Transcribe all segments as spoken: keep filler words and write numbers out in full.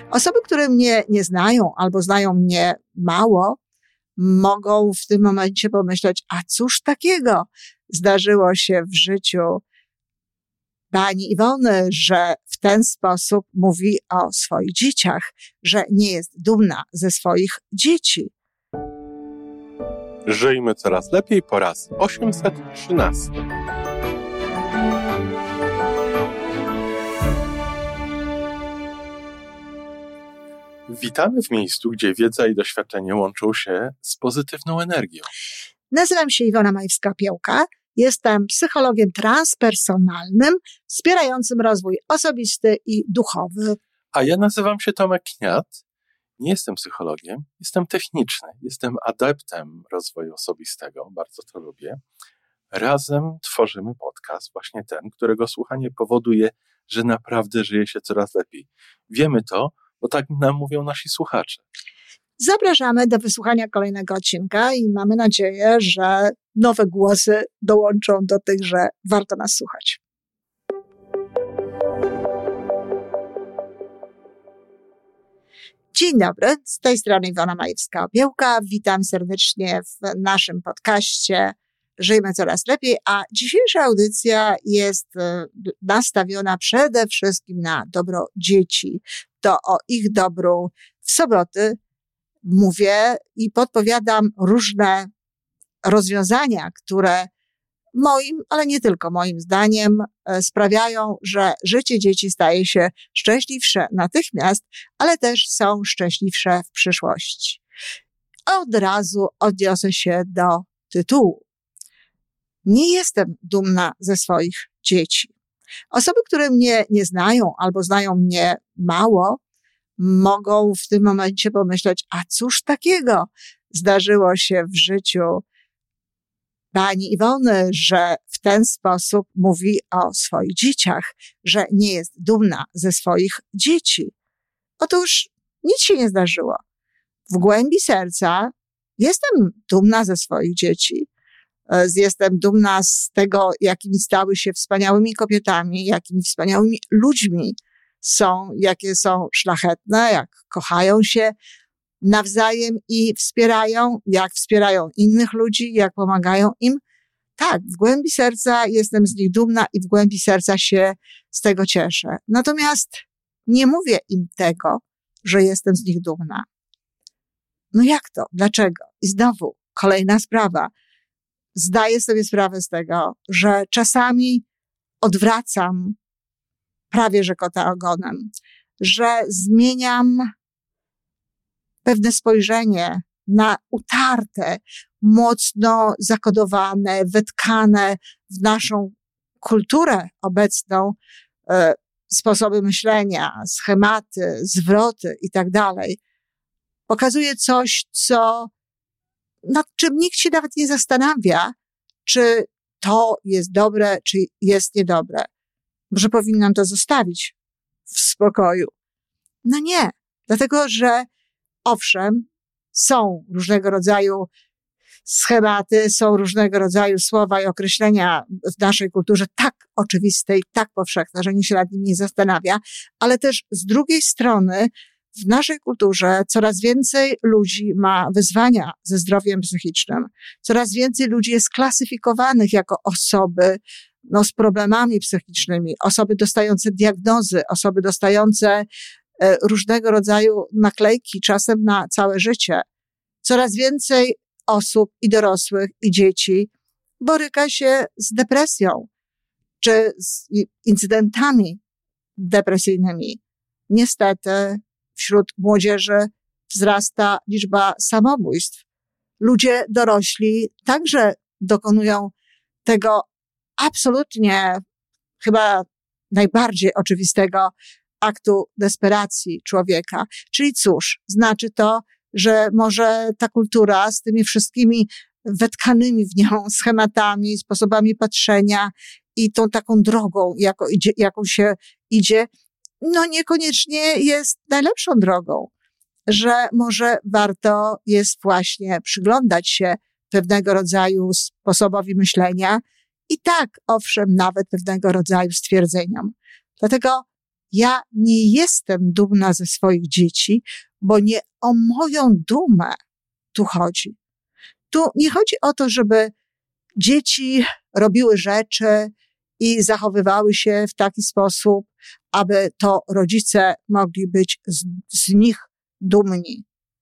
Osoby, które mnie nie znają albo znają mnie mało, mogą w tym momencie pomyśleć, a cóż takiego zdarzyło się w życiu pani Iwony, że w ten sposób mówi o swoich dzieciach, że nie jest dumna ze swoich dzieci. Żyjmy coraz lepiej po raz osiemset trzynasty. Witamy w miejscu, gdzie wiedza i doświadczenie łączą się z pozytywną energią. Nazywam się Iwona Majewska-Piołka. Jestem psychologiem transpersonalnym, wspierającym rozwój osobisty i duchowy. A ja nazywam się Tomek Kniat. Nie jestem psychologiem, jestem techniczny. Jestem adeptem rozwoju osobistego, bardzo to lubię. Razem tworzymy podcast, właśnie ten, którego słuchanie powoduje, że naprawdę żyje się coraz lepiej. Wiemy to, bo tak nam mówią nasi słuchacze. Zapraszamy do wysłuchania kolejnego odcinka i mamy nadzieję, że nowe głosy dołączą do tych, że warto nas słuchać. Dzień dobry, z tej strony Iwona Majewska-Piołka. Witam serdecznie w naszym podcaście Żyjmy Coraz Lepiej, a dzisiejsza audycja jest nastawiona przede wszystkim na dobro dzieci. To o ich dobru w soboty mówię i podpowiadam różne rozwiązania, które moim, ale nie tylko moim zdaniem sprawiają, że życie dzieci staje się szczęśliwsze natychmiast, ale też są szczęśliwsze w przyszłości. Od razu odniosę się do tytułu. Nie jestem dumna ze swoich dzieci. Osoby, które mnie nie znają albo znają mnie mało, mogą w tym momencie pomyśleć, a cóż takiego zdarzyło się w życiu pani Iwony, że w ten sposób mówi o swoich dzieciach, że nie jest dumna ze swoich dzieci. Otóż nic się nie zdarzyło. W głębi serca jestem dumna ze swoich dzieci. Jestem dumna z tego, jakimi stały się wspaniałymi kobietami, jakimi wspaniałymi ludźmi są, jakie są szlachetne, jak kochają się nawzajem i wspierają, jak wspierają innych ludzi, jak pomagają im. Tak, w głębi serca jestem z nich dumna i w głębi serca się z tego cieszę. Natomiast nie mówię im tego, że jestem z nich dumna. No jak to? Dlaczego? I znowu kolejna sprawa. Zdaję sobie sprawę z tego, że czasami odwracam prawie że kota ogonem, że zmieniam pewne spojrzenie na utarte, mocno zakodowane, wetkane w naszą kulturę obecną e, sposoby myślenia, schematy, zwroty i tak dalej. Pokazuje coś, co nad czym nikt się nawet nie zastanawia, czy to jest dobre, czy jest niedobre. Może powinnam to zostawić w spokoju. No nie, dlatego że owszem, są różnego rodzaju schematy, są różnego rodzaju słowa i określenia w naszej kulturze tak oczywiste i tak powszechne, że nikt się nad nimi nie zastanawia, ale też z drugiej strony w naszej kulturze coraz więcej ludzi ma wyzwania ze zdrowiem psychicznym. Coraz więcej ludzi jest klasyfikowanych jako osoby no, z problemami psychicznymi, osoby dostające diagnozy, osoby dostające e, różnego rodzaju naklejki, czasem na całe życie. Coraz więcej osób i dorosłych, i dzieci boryka się z depresją, czy z incydentami depresyjnymi. Niestety wśród młodzieży wzrasta liczba samobójstw. Ludzie dorośli także dokonują tego absolutnie chyba najbardziej oczywistego aktu desperacji człowieka. Czyli cóż, znaczy to, że może ta kultura z tymi wszystkimi wetkanymi w nią schematami, sposobami patrzenia i tą taką drogą, jaką, idzie, jaką się idzie, no niekoniecznie jest najlepszą drogą, że może warto jest właśnie przyglądać się pewnego rodzaju sposobowi myślenia i tak, owszem, nawet pewnego rodzaju stwierdzeniom. Dlatego ja nie jestem dumna ze swoich dzieci, bo nie o moją dumę tu chodzi. Tu nie chodzi o to, żeby dzieci robiły rzeczy i zachowywały się w taki sposób, aby to rodzice mogli być z, z nich dumni.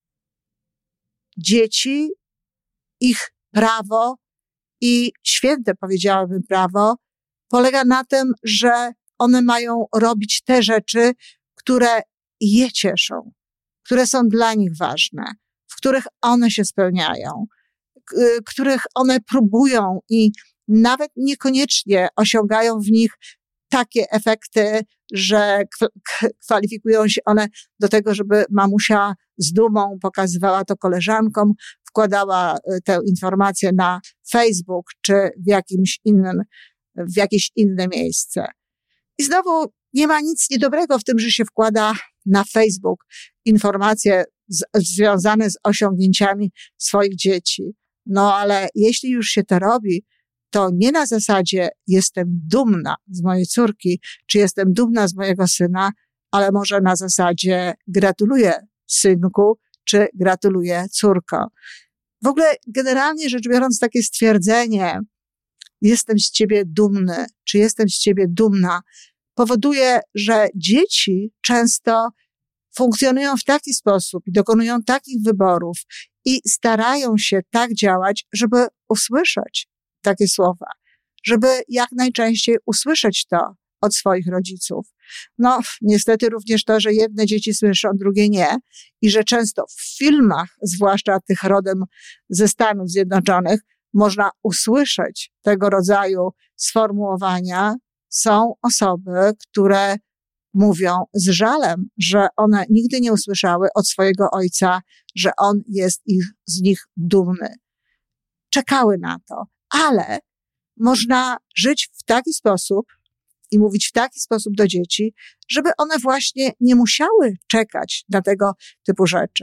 Dzieci, ich prawo i święte, powiedziałabym, prawo polega na tym, że one mają robić te rzeczy, które je cieszą, które są dla nich ważne, w których one się spełniają, których one próbują i nawet niekoniecznie osiągają w nich takie efekty, że kwalifikują się one do tego, żeby mamusia z dumą pokazywała to koleżankom, wkładała tę informację na Facebook czy w jakimś innym, w jakieś inne miejsce. I znowu nie ma nic niedobrego w tym, że się wkłada na Facebook informacje z, związane z osiągnięciami swoich dzieci. No ale jeśli już się to robi, to nie na zasadzie jestem dumna z mojej córki, czy jestem dumna z mojego syna, ale może na zasadzie gratuluję synku, czy gratuluję córko. W ogóle generalnie rzecz biorąc takie stwierdzenie jestem z ciebie dumny, czy jestem z ciebie dumna, powoduje, że dzieci często funkcjonują w taki sposób i dokonują takich wyborów i starają się tak działać, żeby usłyszeć takie słowa, żeby jak najczęściej usłyszeć to od swoich rodziców. No, niestety również to, że jedne dzieci słyszą, drugie nie i że często w filmach, zwłaszcza tych rodem ze Stanów Zjednoczonych, można usłyszeć tego rodzaju sformułowania. Są osoby, które mówią z żalem, że one nigdy nie usłyszały od swojego ojca, że on jest ich, z nich dumny. Czekały na to, ale można żyć w taki sposób i mówić w taki sposób do dzieci, żeby one właśnie nie musiały czekać na tego typu rzeczy.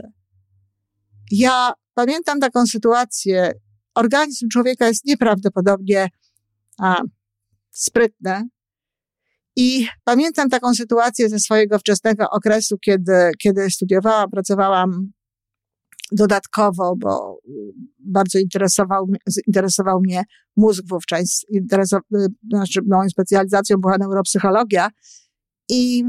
Ja pamiętam taką sytuację. Organizm człowieka jest nieprawdopodobnie a, sprytny. I pamiętam taką sytuację ze swojego wczesnego okresu, kiedy, kiedy studiowałam, pracowałam dodatkowo, bo bardzo interesował, interesował mnie mózg wówczas. Interesow, znaczy moją specjalizacją była neuropsychologia i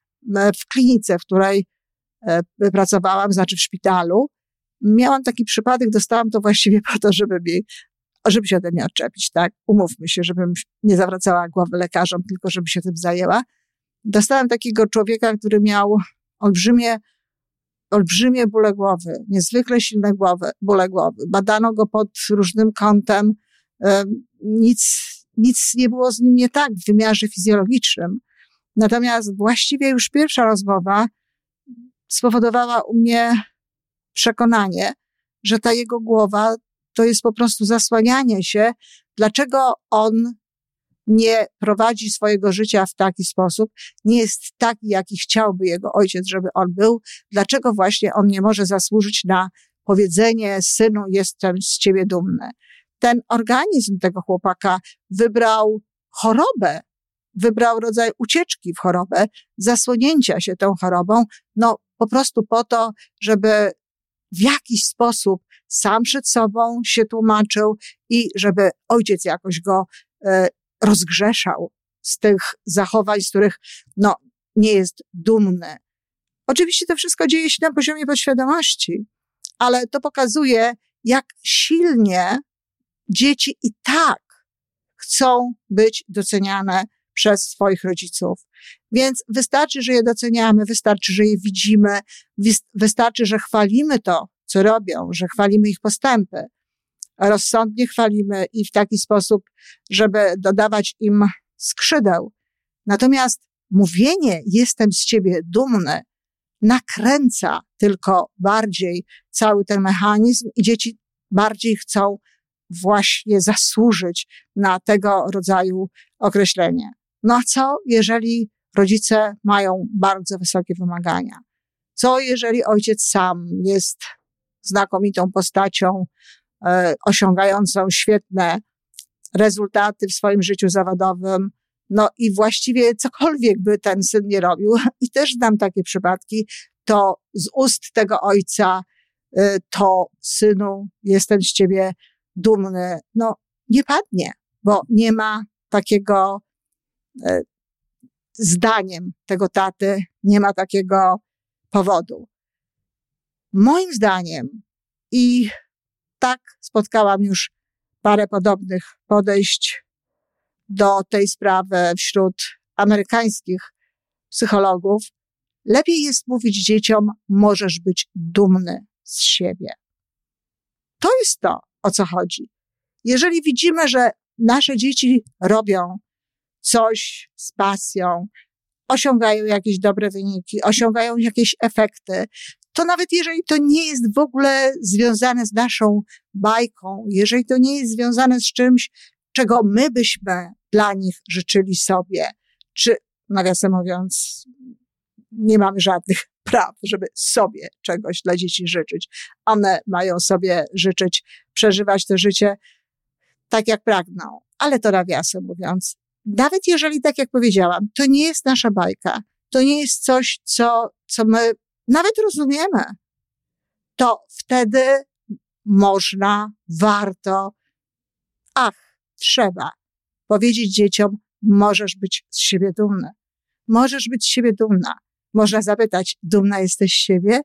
w klinice, w której pracowałam, znaczy w szpitalu, miałam taki przypadek, dostałam to właściwie po to, żeby mi żeby się ode mnie odczepić, tak? Umówmy się, żebym nie zawracała głowy lekarzom, tylko żeby się tym zajęła. Dostałam takiego człowieka, który miał olbrzymie, olbrzymie bóle głowy, niezwykle silne głowy, bóle głowy. Badano go pod różnym kątem. Nic, nic nie było z nim nie tak w wymiarze fizjologicznym. Natomiast właściwie już pierwsza rozmowa spowodowała u mnie przekonanie, że ta jego głowa to jest po prostu zasłanianie się, dlaczego on nie prowadzi swojego życia w taki sposób, nie jest taki, jaki chciałby jego ojciec, żeby on był, dlaczego właśnie on nie może zasłużyć na powiedzenie synu, jestem z ciebie dumny. Ten organizm tego chłopaka wybrał chorobę, wybrał rodzaj ucieczki w chorobę, zasłonięcia się tą chorobą, no po prostu po to, żeby w jakiś sposób sam przed sobą się tłumaczył i żeby ojciec jakoś go e, rozgrzeszał z tych zachowań, z których no, nie jest dumny. Oczywiście to wszystko dzieje się na poziomie podświadomości, ale to pokazuje, jak silnie dzieci i tak chcą być doceniane przez swoich rodziców. Więc wystarczy, że je doceniamy, wystarczy, że je widzimy, wystarczy, że chwalimy to, co robią, że chwalimy ich postępy. Rozsądnie chwalimy i w taki sposób, żeby dodawać im skrzydeł. Natomiast mówienie jestem z ciebie dumny nakręca tylko bardziej cały ten mechanizm i dzieci bardziej chcą właśnie zasłużyć na tego rodzaju określenie. No a co, jeżeli rodzice mają bardzo wysokie wymagania? Co, jeżeli ojciec sam jest znakomitą postacią, e, osiągającą świetne rezultaty w swoim życiu zawodowym, No i właściwie cokolwiek by ten syn nie robił, i też znam takie przypadki, to z ust tego ojca, to synu, jestem z ciebie dumny, no nie padnie, bo nie ma takiego, zdaniem tego taty, nie ma takiego powodu. Moim zdaniem, i tak spotkałam już parę podobnych podejść do tej sprawy wśród amerykańskich psychologów, lepiej jest mówić dzieciom, możesz być dumny z siebie. To jest to, o co chodzi. Jeżeli widzimy, że nasze dzieci robią coś z pasją, osiągają jakieś dobre wyniki, osiągają jakieś efekty, to nawet jeżeli to nie jest w ogóle związane z naszą bajką, jeżeli to nie jest związane z czymś, czego my byśmy dla nich życzyli sobie, czy nawiasem mówiąc, nie mamy żadnych praw, żeby sobie czegoś dla dzieci życzyć. One mają sobie życzyć, przeżywać to życie tak, jak pragną. Ale to nawiasem mówiąc, nawet jeżeli, tak jak powiedziałam, to nie jest nasza bajka, to nie jest coś, co, co my nawet rozumiemy, to wtedy można, warto, ach, trzeba powiedzieć dzieciom, możesz być z siebie dumny. Możesz być z siebie dumna. Można zapytać, dumna jesteś z siebie?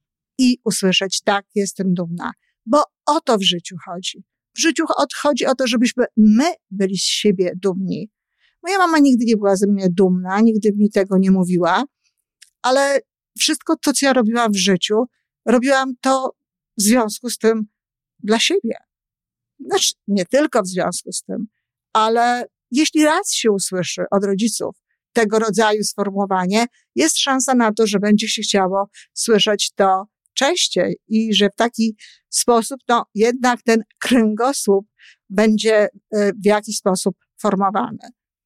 I usłyszeć, tak, jestem dumna. Bo o to w życiu chodzi. W życiu chodzi o to, żebyśmy my byli z siebie dumni. Moja mama nigdy nie była ze mnie dumna, nigdy mi tego nie mówiła, ale wszystko to, co ja robiłam w życiu, robiłam to w związku z tym dla siebie. Znaczy, nie tylko w związku z tym, ale jeśli raz się usłyszy od rodziców tego rodzaju sformułowanie, jest szansa na to, że będzie się chciało słyszeć to częściej i że w taki sposób, no jednak ten kręgosłup będzie w jakiś sposób formowany.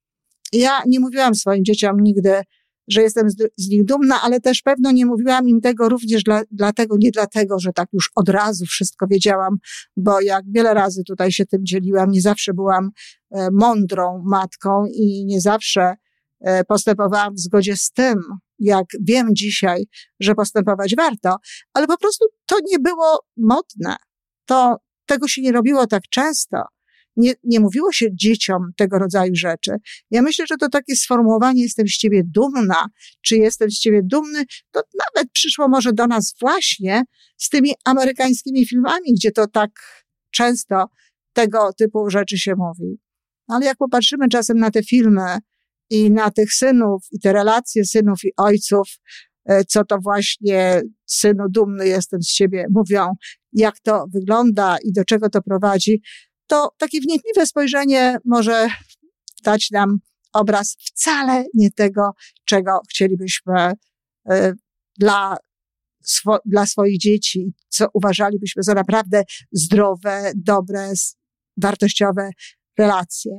Ja nie mówiłam swoim dzieciom nigdy, że jestem z, z nich dumna, ale też pewno nie mówiłam im tego również dla, dlatego, nie dlatego, że tak już od razu wszystko wiedziałam, bo jak wiele razy tutaj się tym dzieliłam, nie zawsze byłam e, mądrą matką i nie zawsze e, postępowałam w zgodzie z tym, jak wiem dzisiaj, że postępować warto, ale po prostu to nie było modne. To, tego się nie robiło tak często. Nie, nie mówiło się dzieciom tego rodzaju rzeczy. Ja myślę, że to takie sformułowanie jestem z ciebie dumna, czy jestem z ciebie dumny, to nawet przyszło może do nas właśnie z tymi amerykańskimi filmami, gdzie to tak często tego typu rzeczy się mówi. Ale jak popatrzymy czasem na te filmy i na tych synów i te relacje synów i ojców, co to właśnie synu dumny jestem z ciebie mówią, jak to wygląda i do czego to prowadzi, to takie wnikliwe spojrzenie może dać nam obraz wcale nie tego, czego chcielibyśmy y, dla, swo, dla swoich dzieci, co uważalibyśmy za naprawdę zdrowe, dobre, wartościowe relacje.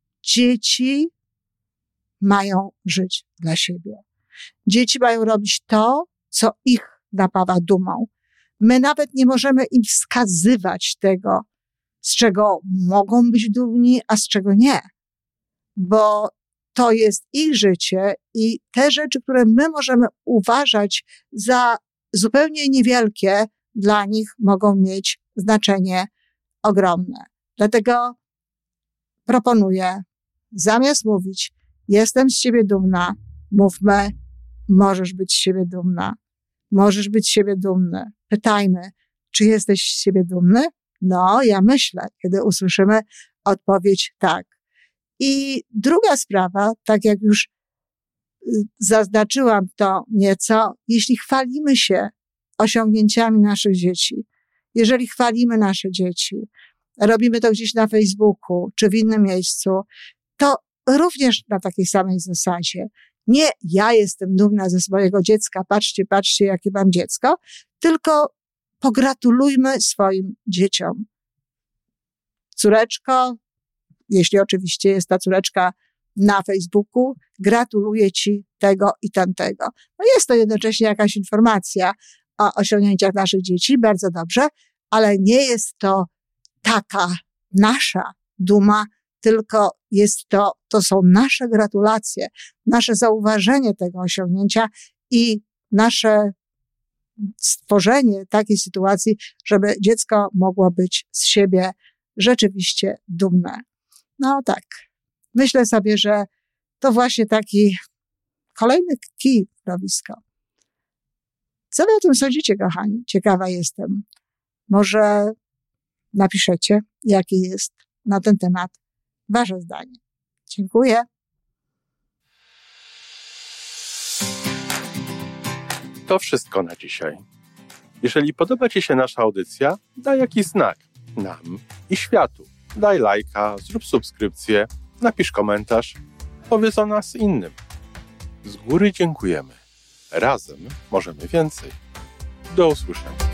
Dzieci mają żyć dla siebie. Dzieci mają robić to, co ich napawa dumą. My nawet nie możemy im wskazywać tego, z czego mogą być dumni, a z czego nie. Bo to jest ich życie i te rzeczy, które my możemy uważać za zupełnie niewielkie, dla nich mogą mieć znaczenie ogromne. Dlatego proponuję, zamiast mówić, jestem z ciebie dumna, mówmy, możesz być z siebie dumna. Możesz być z siebie dumny. Pytajmy, czy jesteś z siebie dumny? No, ja myślę, kiedy usłyszymy odpowiedź tak. I druga sprawa, tak jak już zaznaczyłam to nieco, jeśli chwalimy się osiągnięciami naszych dzieci, jeżeli chwalimy nasze dzieci, robimy to gdzieś na Facebooku czy w innym miejscu, to również na takiej samej zasadzie. Nie ja jestem dumna ze swojego dziecka, patrzcie, patrzcie, jakie mam dziecko, tylko pogratulujmy swoim dzieciom. Córeczko, jeśli oczywiście jest ta córeczka na Facebooku, gratuluję ci tego i tamtego. No jest to jednocześnie jakaś informacja o osiągnięciach naszych dzieci, bardzo dobrze, ale nie jest to taka nasza duma, tylko jest to, to są nasze gratulacje, nasze zauważenie tego osiągnięcia i nasze stworzenie takiej sytuacji, żeby dziecko mogło być z siebie rzeczywiście dumne. No tak, myślę sobie, że to właśnie taki kolejny kij w mrowisko. Co wy o tym sądzicie, kochani? Ciekawa jestem. Może napiszecie, jakie jest na ten temat wasze zdanie. Dziękuję. To wszystko na dzisiaj. Jeżeli podoba ci się nasza audycja, daj jakiś znak nam i światu. Daj lajka, zrób subskrypcję, napisz komentarz, powiedz o nas innym. Z góry dziękujemy. Razem możemy więcej. Do usłyszenia.